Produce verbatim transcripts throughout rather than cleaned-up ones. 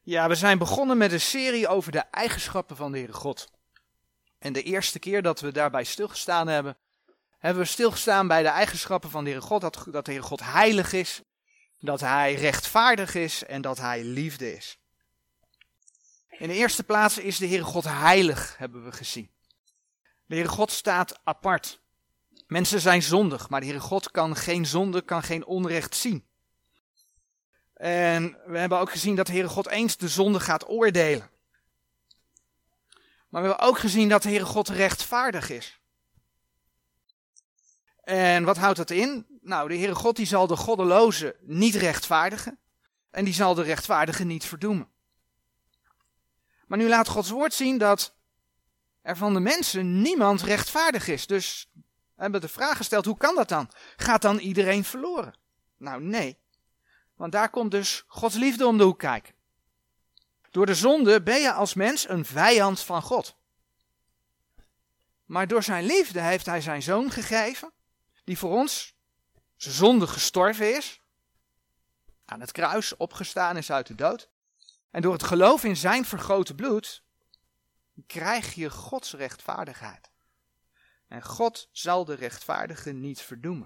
Ja, we zijn begonnen met een serie over de eigenschappen van de Heere God. En de eerste keer dat we daarbij stilgestaan hebben, hebben we stilgestaan bij de eigenschappen van de Heere God. Dat, dat de Heere God heilig is, dat Hij rechtvaardig is en dat Hij liefde is. In de eerste plaats is de Heere God heilig, hebben we gezien. De Heere God staat apart. Mensen zijn zondig, maar de Heere God kan geen zonde, kan geen onrecht zien. En we hebben ook gezien dat de Heere God eens de zonde gaat oordelen. Maar we hebben ook gezien dat de Heere God rechtvaardig is. En wat houdt dat in? Nou, de Heere God die zal de goddeloze niet rechtvaardigen. En die zal de rechtvaardige niet verdoemen. Maar nu laat Gods woord zien dat er van de mensen niemand rechtvaardig is. Dus we hebben de vraag gesteld, hoe kan dat dan? Gaat dan iedereen verloren? Nou, nee. Want daar komt dus Gods liefde om de hoek kijken. Door de zonde ben je als mens een vijand van God. Maar door zijn liefde heeft hij zijn zoon gegeven, die voor ons zijn zonde gestorven is, aan het kruis opgestaan is uit de dood. En door het geloof in zijn vergoten bloed krijg je Gods rechtvaardigheid. En God zal de rechtvaardige niet verdoemen.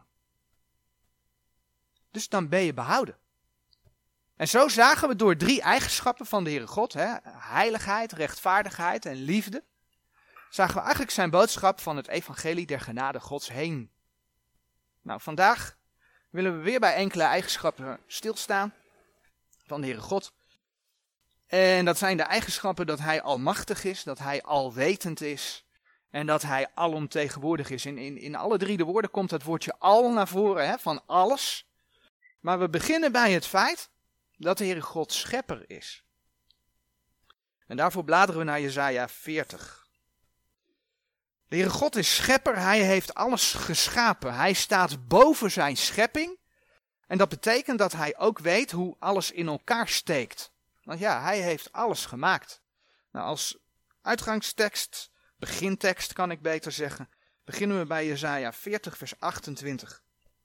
Dus dan ben je behouden. En zo zagen we door drie eigenschappen van de Heere God, hè, heiligheid, rechtvaardigheid en liefde, zagen we eigenlijk zijn boodschap van het evangelie der genade Gods heen. Nou, vandaag willen we weer bij enkele eigenschappen stilstaan van de Heere God. En dat zijn de eigenschappen dat hij almachtig is, dat hij alwetend is en dat hij alomtegenwoordig is. In, in, in alle drie de woorden komt het woordje al naar voren, hè, van alles. Maar we beginnen bij het feit dat de Heere God schepper is. En daarvoor bladeren we naar Jesaja veertig. De Heere God is schepper, hij heeft alles geschapen. Hij staat boven zijn schepping. En dat betekent dat hij ook weet hoe alles in elkaar steekt. Want ja, hij heeft alles gemaakt. Nou, als uitgangstekst, begintekst kan ik beter zeggen, beginnen we bij Jesaja veertig vers achtentwintig.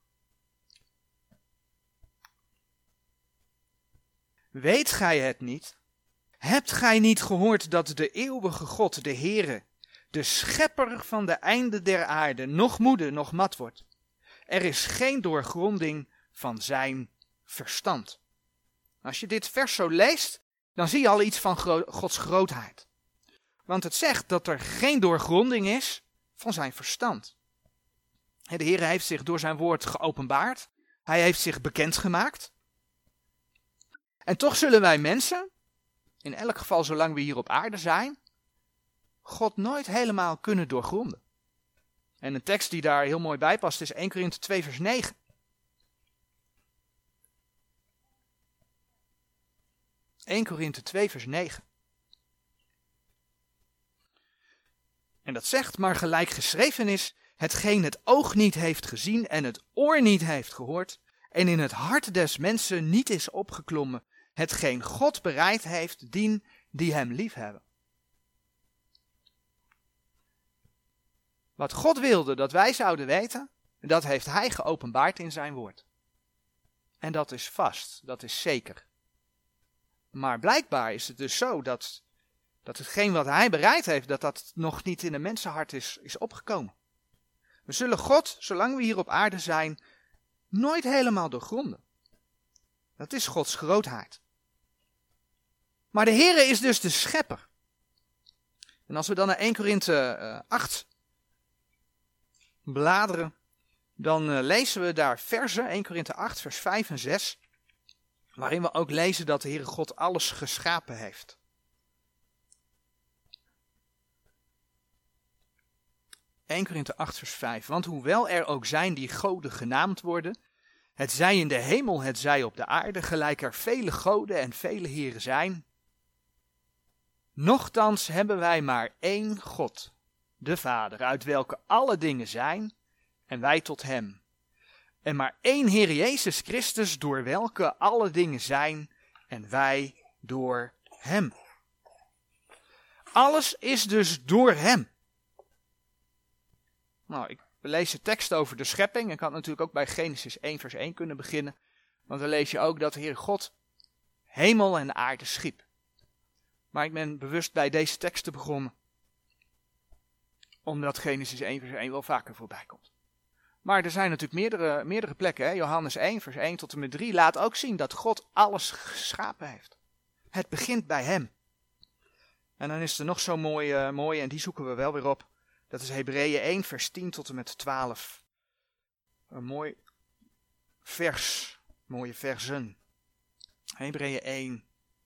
Weet gij het niet? Hebt gij niet gehoord dat de eeuwige God, de Heere, de schepper van de einden der aarde, nog moede, nog mat wordt? Er is geen doorgronding van zijn verstand. Als je dit vers zo leest, dan zie je al iets van gro- Gods grootheid. Want het zegt dat er geen doorgronding is van zijn verstand. De Heere heeft zich door zijn woord geopenbaard. Hij heeft zich bekendgemaakt. En toch zullen wij mensen, in elk geval zolang we hier op aarde zijn, God nooit helemaal kunnen doorgronden. En een tekst die daar heel mooi bij past is Eerste Korinthe twee vers negen. Eerste Korinthe twee vers negen. En dat zegt, maar gelijk geschreven is, hetgeen het oog niet heeft gezien en het oor niet heeft gehoord, en in het hart des mensen niet is opgeklommen, hetgeen God bereid heeft dien die hem liefhebben. Wat God wilde dat wij zouden weten, dat heeft hij geopenbaard in zijn woord. En dat is vast, dat is zeker. Maar blijkbaar is het dus zo dat, dat hetgeen wat hij bereid heeft, dat dat nog niet in een mensenhart is, is opgekomen. We zullen God, zolang we hier op aarde zijn, nooit helemaal doorgronden. Dat is Gods grootheid. Maar de Heere is dus de schepper. En als we dan naar Eerste Korinthe acht bladeren, dan uh, lezen we daar versen, Eerste Korinthe acht vers vijf en zes, waarin we ook lezen dat de Heere God alles geschapen heeft. Eerste Korinthe acht vers vijf, want hoewel er ook zijn die goden genaamd worden, het zij in de hemel, het zij op de aarde, gelijk er vele goden en vele heren zijn, nochtans hebben wij maar één God, de Vader, uit welke alle dingen zijn, en wij tot hem. En maar één Heer Jezus Christus, door welke alle dingen zijn, en wij door hem. Alles is dus door hem. Nou, ik lees de tekst over de schepping. Ik had natuurlijk ook bij Genesis één vers één kunnen beginnen. Want dan lees je ook dat de Heer God hemel en aarde schiep. Maar ik ben bewust bij deze teksten begonnen. Omdat Genesis één vers één wel vaker voorbij komt. Maar er zijn natuurlijk meerdere, meerdere plekken. Hè? Johannes één vers één tot en met drie laat ook zien dat God alles geschapen heeft. Het begint bij hem. En dan is er nog zo'n mooie, uh, mooie, en die zoeken we wel weer op. Dat is Hebreeën één vers tien tot en met twaalf. Een mooi vers, mooie versen. Hebreeën één.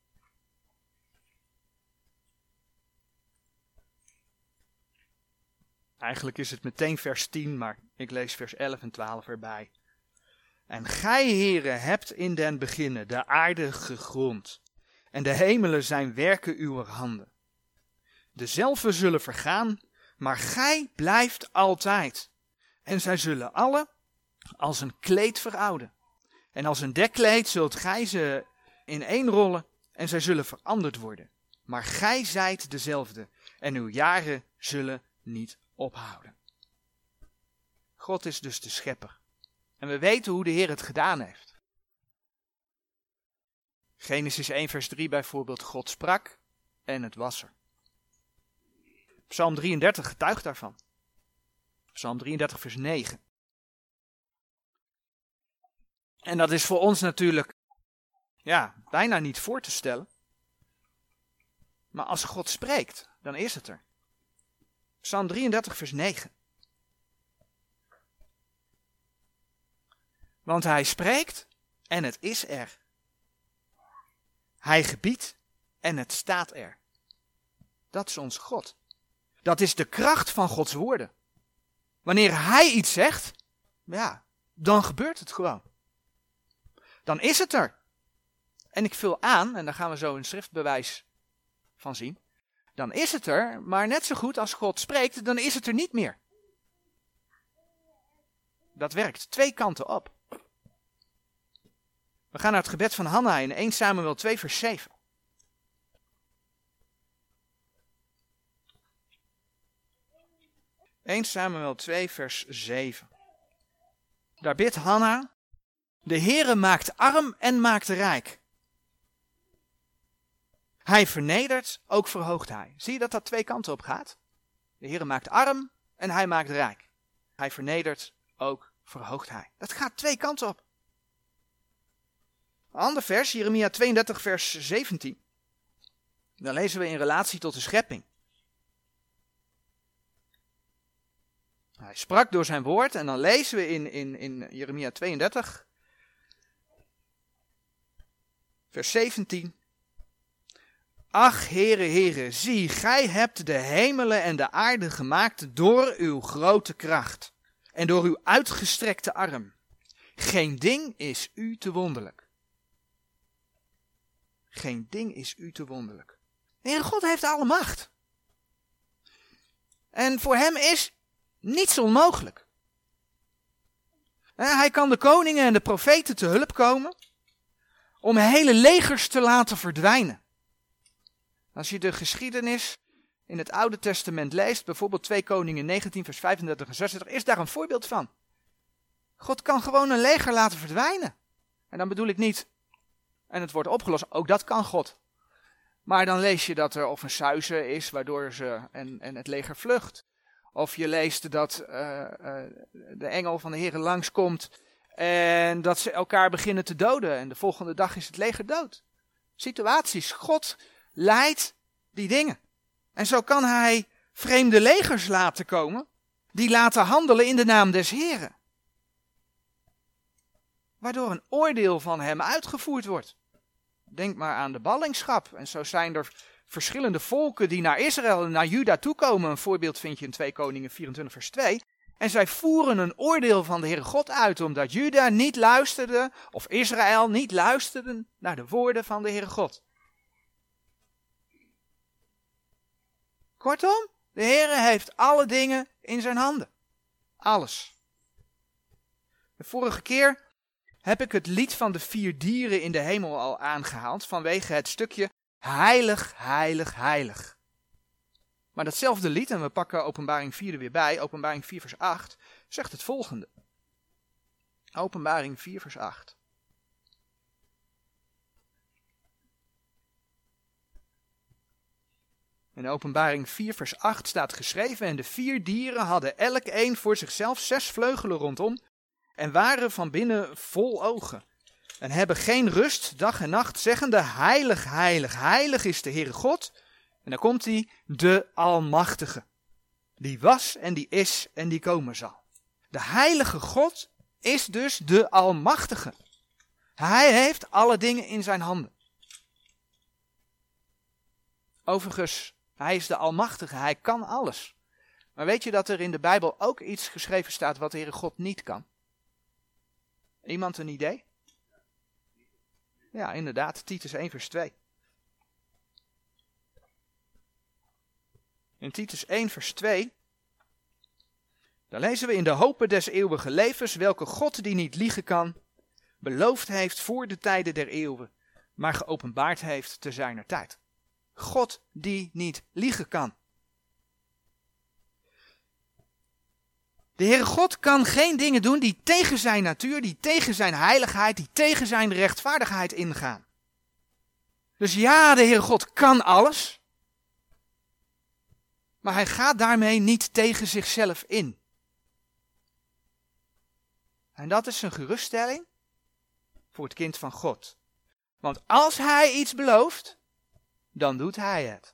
Eigenlijk is het meteen vers tien, maar ik lees vers elf en twaalf erbij. En gij, Heere, hebt in den beginne de aarde gegrond, en de hemelen zijn werken uwer handen. Dezelfde zullen vergaan, maar gij blijft altijd. En zij zullen alle als een kleed verouden. En als een dekkleed zult gij ze ineenrollen, en zij zullen veranderd worden. Maar gij zijt dezelfde, en uw jaren zullen niet ophouden. God is dus de schepper. En we weten hoe de Heer het gedaan heeft. Genesis één vers drie bijvoorbeeld, God sprak en het was er. Psalm drieëndertig getuigt daarvan. Psalm drieëndertig vers negen. En dat is voor ons natuurlijk, ja, bijna niet voor te stellen. Maar als God spreekt, dan is het er. Psalm drieëndertig vers negen. Want hij spreekt en het is er. Hij gebiedt en het staat er. Dat is ons God. Dat is de kracht van Gods woorden. Wanneer hij iets zegt, ja, dan gebeurt het gewoon. Dan is het er. En ik vul aan, en daar gaan we zo een schriftbewijs van zien. Dan is het er, maar net zo goed als God spreekt, dan is het er niet meer. Dat werkt twee kanten op. We gaan naar het gebed van Hanna in eerste Samuel twee vers zeven. eerste Samuel twee vers zeven. Daar bidt Hanna: de Heere maakt arm en maakt rijk. Hij vernedert, ook verhoogt hij. Zie je dat dat twee kanten op gaat? De Heere maakt arm en hij maakt rijk. Hij vernedert, ook verhoogt hij. Dat gaat twee kanten op. Een ander vers, Jeremia tweeëndertig vers zeventien. Dan lezen we in relatie tot de schepping. Hij sprak door zijn woord en dan lezen we in, in, in Jeremia tweeëndertig vers zeventien. Ach, Heere, Heere, zie, gij hebt de hemelen en de aarde gemaakt door uw grote kracht en door uw uitgestrekte arm. Geen ding is u te wonderlijk. Geen ding is u te wonderlijk. De Heere God heeft alle macht. En voor hem is niets onmogelijk. Hij kan de koningen en de profeten te hulp komen om hele legers te laten verdwijnen. Als je de geschiedenis in het Oude Testament leest, bijvoorbeeld twee Koningen negentien vers vijfendertig en zesentdertig, is daar een voorbeeld van. God kan gewoon een leger laten verdwijnen. En dan bedoel ik niet, en het wordt opgelost, ook dat kan God. Maar dan lees je dat er of een suize is, waardoor ze en, en het leger vlucht. Of je leest dat uh, uh, de engel van de Heere langskomt en dat ze elkaar beginnen te doden. En de volgende dag is het leger dood. Situaties. God leidt die dingen. En zo kan hij vreemde legers laten komen, die laten handelen in de naam des Heeren. Waardoor een oordeel van hem uitgevoerd wordt. Denk maar aan de ballingschap. En zo zijn er verschillende volken die naar Israël en naar Juda toekomen. Een voorbeeld vind je in twee Koningen vierentwintig vers twee. En zij voeren een oordeel van de Heere God uit, omdat Juda niet luisterde, of Israël niet luisterde naar de woorden van de Heere God. Kortom, de Heere heeft alle dingen in zijn handen. Alles. De vorige keer heb ik het lied van de vier dieren in de hemel al aangehaald, vanwege het stukje heilig, heilig, heilig. Maar datzelfde lied, en we pakken Openbaring vier er weer bij, Openbaring vier vers acht, zegt het volgende. Openbaring vier vers acht. In Openbaring vier vers acht staat geschreven: en de vier dieren hadden elk een voor zichzelf zes vleugelen rondom en waren van binnen vol ogen. En hebben geen rust, dag en nacht, zeggende: heilig, heilig, heilig is de Heere God. En dan komt hij, de Almachtige. Die was en die is en die komen zal. De heilige God is dus de Almachtige. Hij heeft alle dingen in zijn handen. Overigens, hij is de Almachtige, hij kan alles. Maar weet je dat er in de Bijbel ook iets geschreven staat wat de Heere God niet kan? Iemand een idee? Ja, inderdaad, Titus één vers twee. In Titus één vers twee, daar lezen we: in de hope des eeuwige levens, welke God die niet liegen kan, beloofd heeft voor de tijden der eeuwen, maar geopenbaard heeft te zijner tijd. God die niet liegen kan. De Heere God kan geen dingen doen die tegen zijn natuur, die tegen zijn heiligheid, die tegen zijn rechtvaardigheid ingaan. Dus ja, de Heere God kan alles, maar hij gaat daarmee niet tegen zichzelf in. En dat is een geruststelling voor het kind van God. Want als hij iets belooft, dan doet hij het.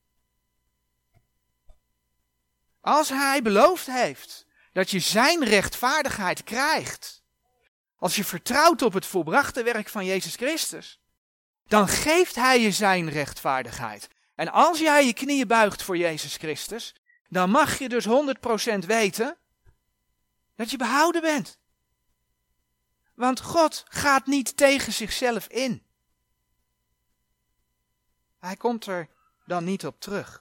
Als hij beloofd heeft dat je zijn rechtvaardigheid krijgt, als je vertrouwt op het volbrachte werk van Jezus Christus, dan geeft hij je zijn rechtvaardigheid. En als jij je knieën buigt voor Jezus Christus, dan mag je dus honderd procent weten dat je behouden bent. Want God gaat niet tegen zichzelf in. Hij komt er dan niet op terug.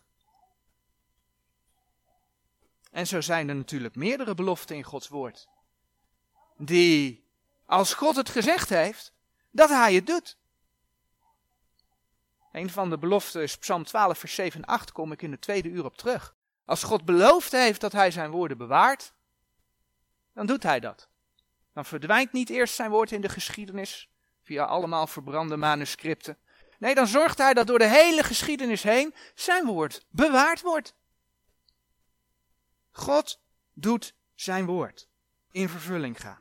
En zo zijn er natuurlijk meerdere beloften in Gods woord. Die, als God het gezegd heeft, dat hij het doet. Een van de beloften is Psalm twaalf vers zeven en acht, kom ik in de tweede uur op terug. Als God beloofd heeft dat hij zijn woorden bewaart, dan doet hij dat. Dan verdwijnt niet eerst zijn woord in de geschiedenis, via allemaal verbrande manuscripten. Nee, dan zorgt hij dat door de hele geschiedenis heen zijn woord bewaard wordt. God doet zijn woord in vervulling gaan.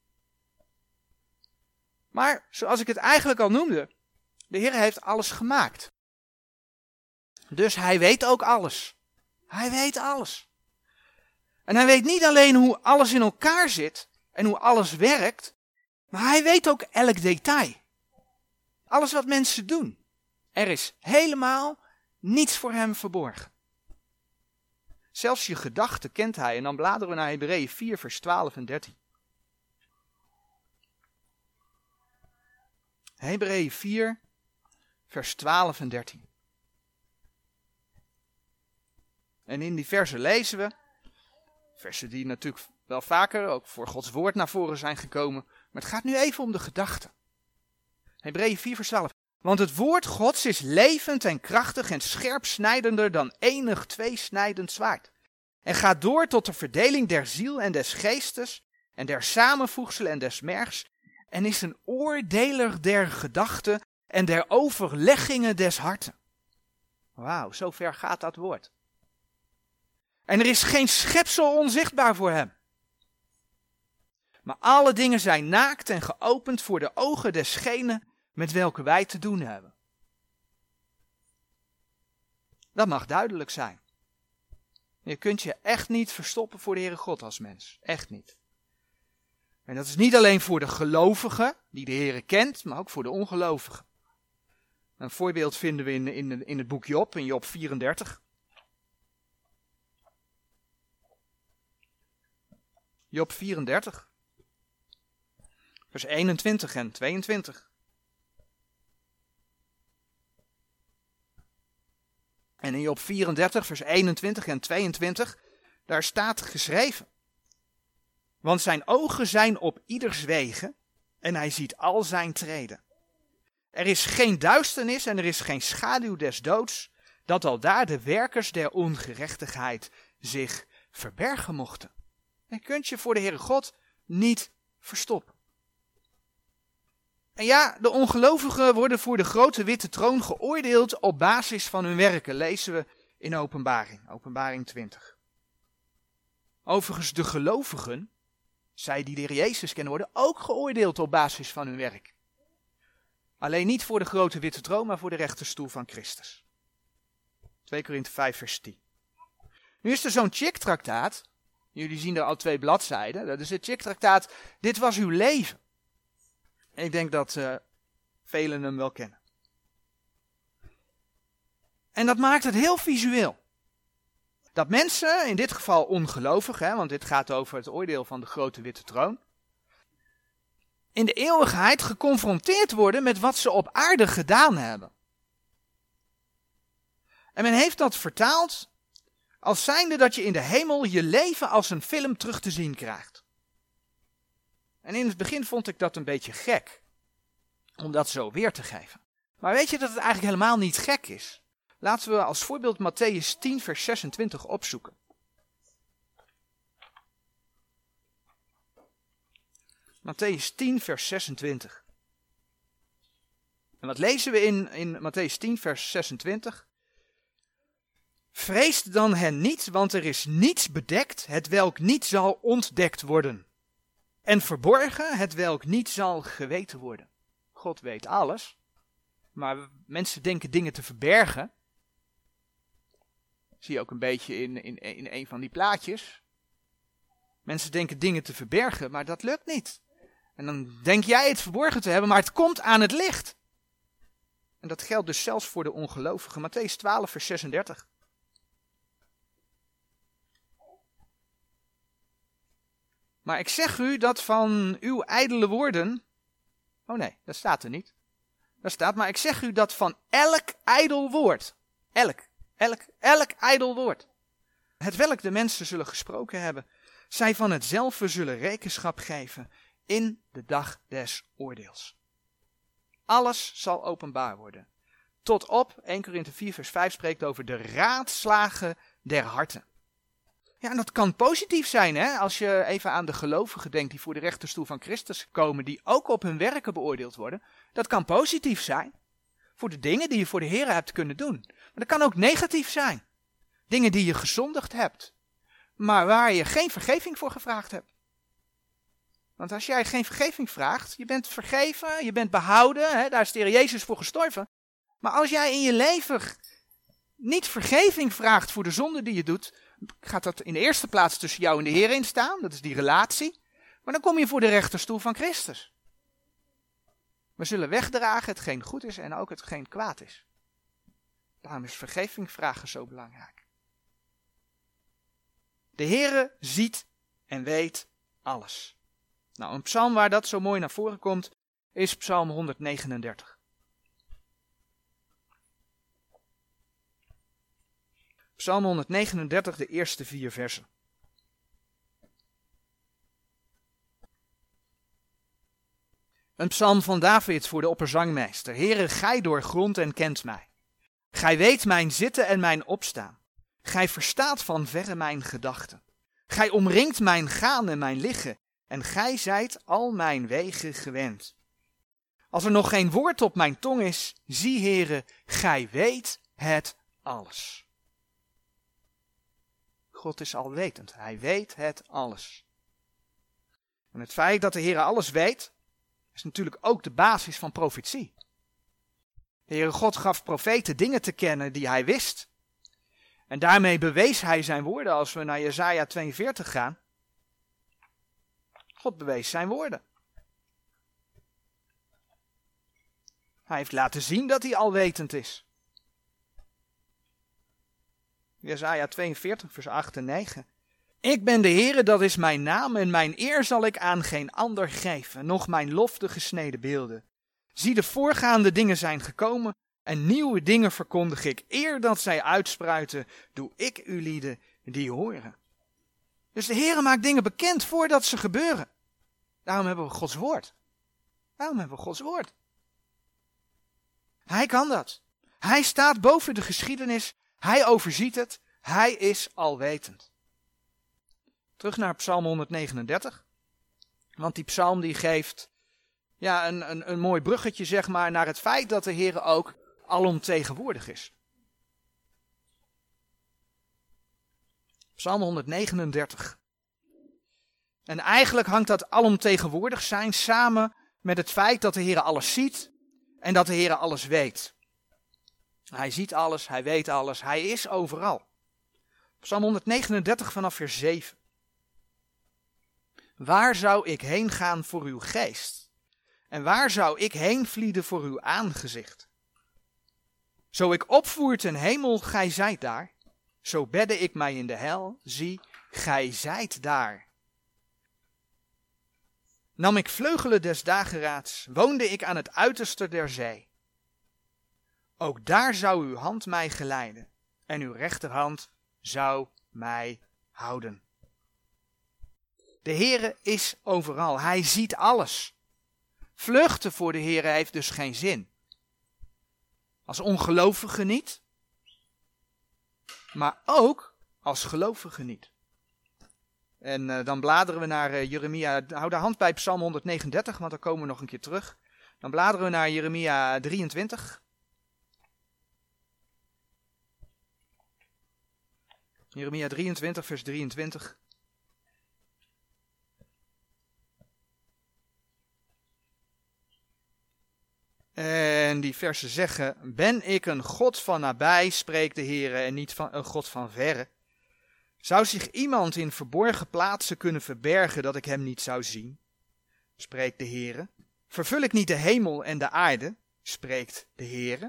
Maar, zoals ik het eigenlijk al noemde, de Heer heeft alles gemaakt. Dus hij weet ook alles. Hij weet alles. En hij weet niet alleen hoe alles in elkaar zit en hoe alles werkt, maar hij weet ook elk detail. Alles wat mensen doen. Er is helemaal niets voor hem verborgen. Zelfs je gedachten kent hij. En dan bladeren we naar Hebreeën vier vers twaalf en dertien. Hebreeën vier vers twaalf en dertien. En in die versen lezen we, versen die natuurlijk wel vaker ook voor Gods woord naar voren zijn gekomen, maar het gaat nu even om de gedachten. Hebreeën vier vers twaalf. Want het woord Gods is levend en krachtig en scherpsnijdender dan enig tweesnijdend zwaard. En gaat door tot de verdeling der ziel en des geestes en der samenvoegselen en des mergs en is een oordeler der gedachten en der overleggingen des harten. Wauw, zo ver gaat dat woord. En er is geen schepsel onzichtbaar voor hem. Maar alle dingen zijn naakt en geopend voor de ogen desgene met welke wij te doen hebben. Dat mag duidelijk zijn. Je kunt je echt niet verstoppen voor de Heere God als mens. Echt niet. En dat is niet alleen voor de gelovigen, die de Heere kent, maar ook voor de ongelovigen. Een voorbeeld vinden we in, in, in het boek Job, in Job vierendertig. Job vierendertig. Vers eenentwintig en tweeëntwintig. En in Job vierendertig, vers eenentwintig en tweeëntwintig, daar staat geschreven. Want zijn ogen zijn op ieders wegen en hij ziet al zijn treden. Er is geen duisternis en er is geen schaduw des doods, dat al daar de werkers der ongerechtigheid zich verbergen mochten. Je kunt je voor de Heere God niet verstoppen. En ja, de ongelovigen worden voor de grote witte troon geoordeeld op basis van hun werken, lezen we in Openbaring, Openbaring twintig. Overigens, de gelovigen, zij die de Heer Jezus kennen, worden ook geoordeeld op basis van hun werk. Alleen niet voor de grote witte troon, maar voor de rechterstoel van Christus. twee Korinthe vijf vers tien. Nu is er zo'n Chick-traktaat. Jullie zien er al twee bladzijden. Dat is het Chick-traktaat. Dit was uw leven. En ik denk dat uh, velen hem wel kennen. En dat maakt het heel visueel. Dat mensen, in dit geval ongelovigen, want dit gaat over het oordeel van de grote witte troon, in de eeuwigheid geconfronteerd worden met wat ze op aarde gedaan hebben. En men heeft dat vertaald als zijnde dat je in de hemel je leven als een film terug te zien krijgt. En in het begin vond ik dat een beetje gek, om dat zo weer te geven. Maar weet je dat het eigenlijk helemaal niet gek is? Laten we als voorbeeld Mattheüs tien vers zesentwintig opzoeken. Mattheüs tien vers zesentwintig. En wat lezen we in, in Mattheüs tien vers zesentwintig? Vreest dan hen niet, want er is niets bedekt, hetwelk niet zal ontdekt worden. En verborgen, hetwelk niet zal geweten worden. God weet alles, maar mensen denken dingen te verbergen. Zie je ook een beetje in, in, in een van die plaatjes. Mensen denken dingen te verbergen, maar dat lukt niet. En dan denk jij het verborgen te hebben, maar het komt aan het licht. En dat geldt dus zelfs voor de ongelovigen. Mattheüs twaalf vers zesendertig. Maar ik zeg u dat van uw ijdele woorden... Oh nee, dat staat er niet. Daar staat, maar ik zeg u dat van elk ijdel woord... Elk, elk, elk ijdel woord... hetwelk de mensen zullen gesproken hebben... zij van hetzelfde zullen rekenschap geven... in de dag des oordeels. Alles zal openbaar worden. Tot op, Eerste Korinthe vier vers vijf spreekt over de raadslagen der harten. Ja, en dat kan positief zijn, hè? Als je even aan de gelovigen denkt die voor de rechterstoel van Christus komen, die ook op hun werken beoordeeld worden. Dat kan positief zijn. Voor de dingen die je voor de Heer hebt kunnen doen. Maar dat kan ook negatief zijn. Dingen die je gezondigd hebt. Maar waar je geen vergeving voor gevraagd hebt. Want als jij geen vergeving vraagt, je bent vergeven, je bent behouden, hè? Daar is de Heer Jezus voor gestorven. Maar als jij in je leven niet vergeving vraagt voor de zonde die je doet, gaat dat in de eerste plaats tussen jou en de Heer in staan. Dat is die relatie. Maar dan kom je voor de rechterstoel van Christus. We zullen wegdragen hetgeen goed is en ook hetgeen kwaad is. Daarom is vergeving vragen zo belangrijk. De Heere ziet en weet alles. Nou, een psalm waar dat zo mooi naar voren komt, is psalm honderdnegenendertig. Psalm honderdnegenendertig, de eerste vier versen. Een psalm van David voor de opperzangmeester. Heere, gij doorgrondt en kent mij. Gij weet mijn zitten en mijn opstaan. Gij verstaat van verre mijn gedachten. Gij omringt mijn gaan en mijn liggen. En gij zijt al mijn wegen gewend. Als er nog geen woord op mijn tong is, zie, Heere, gij weet het alles. God is alwetend. Hij weet het alles. En het feit dat de Heer alles weet, is natuurlijk ook de basis van profetie. De Heere God gaf profeten dingen te kennen die hij wist. En daarmee bewees hij zijn woorden. Als we naar Jesaja tweeënveertig gaan. God bewees zijn woorden. Hij heeft laten zien dat hij alwetend is. Jesaja tweeënveertig, vers acht en negen. Ik ben de Heere, dat is mijn naam, en mijn eer zal ik aan geen ander geven, noch mijn lof de gesneden beelden. Zie, de voorgaande dingen zijn gekomen, en nieuwe dingen verkondig ik. Eer dat zij uitspruiten, doe ik u lieden die horen. Dus de Heere maakt dingen bekend voordat ze gebeuren. Daarom hebben we Gods woord. Daarom hebben we Gods woord. Hij kan dat. Hij staat boven de geschiedenis. Hij overziet het. Hij is alwetend. Terug naar psalm honderdnegenendertig. Want die psalm die geeft ja, een, een, een mooi bruggetje zeg maar, naar het feit dat de Heer ook alomtegenwoordig is. Psalm honderdnegenendertig. En eigenlijk hangt dat alomtegenwoordig zijn samen met het feit dat de Heer alles ziet en dat de Heer alles weet. Hij ziet alles, hij weet alles, hij is overal. Psalm honderdnegenendertig vanaf vers zeven. Waar zou ik heen gaan voor uw geest? En waar zou ik heen vlieden voor uw aangezicht? Zo ik opvoer ten hemel, gij zijt daar. Zo bedde ik mij in de hel, zie, gij zijt daar. Nam ik vleugelen des dageraads, woonde ik aan het uiterste der zee. Ook daar zou uw hand mij geleiden, en uw rechterhand zou mij houden. De Heere is overal, hij ziet alles. Vluchten voor de Heere heeft dus geen zin. Als ongelovige niet, maar ook als gelovige niet. En uh, dan bladeren we naar uh, Jeremia, hou de hand bij Psalm honderdnegenendertig, want dan komen we nog een keer terug. Dan bladeren we naar Jeremia drieëntwintig. Jeremia drieëntwintig, vers drieëntwintig. En die versen zeggen, ben ik een God van nabij, spreekt de Heere, en niet van, een God van verre? Zou zich iemand in verborgen plaatsen kunnen verbergen dat ik hem niet zou zien? Spreekt de Heere. Vervul ik niet de hemel en de aarde? Spreekt de Heere.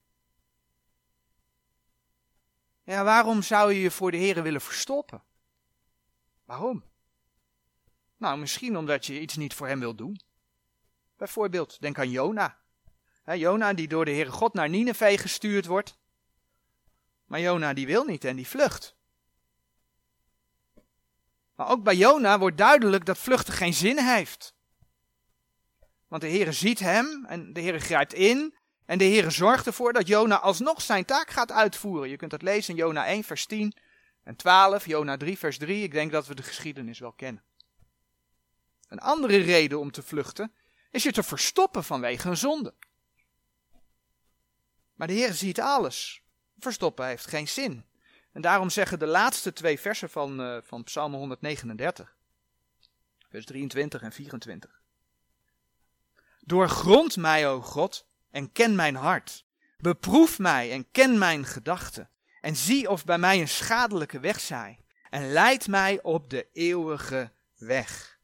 Ja, waarom zou je je voor de Heere willen verstoppen? Waarom? Nou, misschien omdat je iets niet voor hem wilt doen. Bijvoorbeeld, denk aan Jona. He, Jona die door de Heere God naar Nineve gestuurd wordt. Maar Jona die wil niet en die vlucht. Maar ook bij Jona wordt duidelijk dat vluchten geen zin heeft. Want de Heere ziet hem en de Heere grijpt in. En de Heere zorgt ervoor dat Jona alsnog zijn taak gaat uitvoeren. Je kunt dat lezen in Jona één vers tien en twaalf, Jona drie vers drie. Ik denk dat we de geschiedenis wel kennen. Een andere reden om te vluchten is je te verstoppen vanwege een zonde. Maar de Heer ziet alles. Verstoppen heeft geen zin. En daarom zeggen de laatste twee versen van, uh, van Psalm honderdnegenendertig. Vers drieëntwintig en vierentwintig. Doorgrond mij, o God, en ken mijn hart. Beproef mij en ken mijn gedachten. En zie of bij mij een schadelijke weg zij. En leid mij op de eeuwige weg.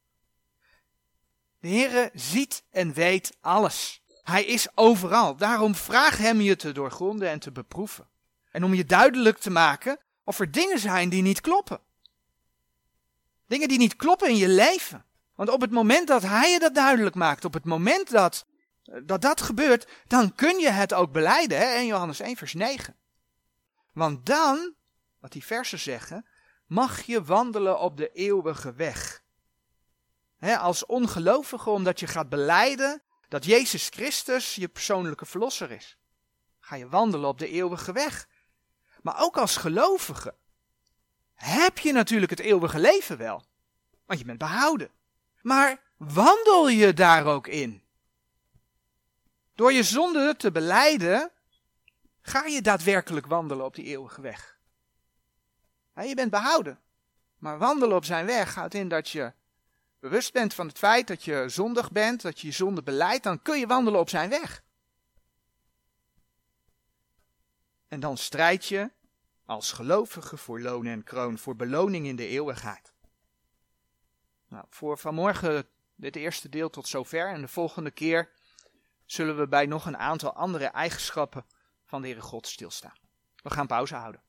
De Heere ziet en weet alles. Hij is overal. Daarom vraag hem je te doorgronden en te beproeven. En om je duidelijk te maken of er dingen zijn die niet kloppen. Dingen die niet kloppen in je leven. Want op het moment dat hij je dat duidelijk maakt, op het moment dat dat, dat gebeurt, dan kun je het ook belijden. Hè? In Johannes één vers negen. Want dan, wat die versen zeggen, mag je wandelen op de eeuwige weg. Hè, als ongelovige, omdat je gaat belijden dat Jezus Christus je persoonlijke verlosser is. Ga je wandelen op de eeuwige weg. Maar ook als gelovige heb je natuurlijk het eeuwige leven wel. Want je bent behouden. Maar wandel je daar ook in? Door je zonde te belijden, ga je daadwerkelijk wandelen op die eeuwige weg. Ja, je bent behouden. Maar wandelen op zijn weg houdt in dat je bewust bent van het feit dat je zondig bent, dat je je zonde belijdt, dan kun je wandelen op zijn weg. En dan strijd je als gelovige voor loon en kroon, voor beloning in de eeuwigheid. Nou, voor vanmorgen dit eerste deel tot zover. En de volgende keer zullen we bij nog een aantal andere eigenschappen van de Heere God stilstaan. We gaan pauze houden.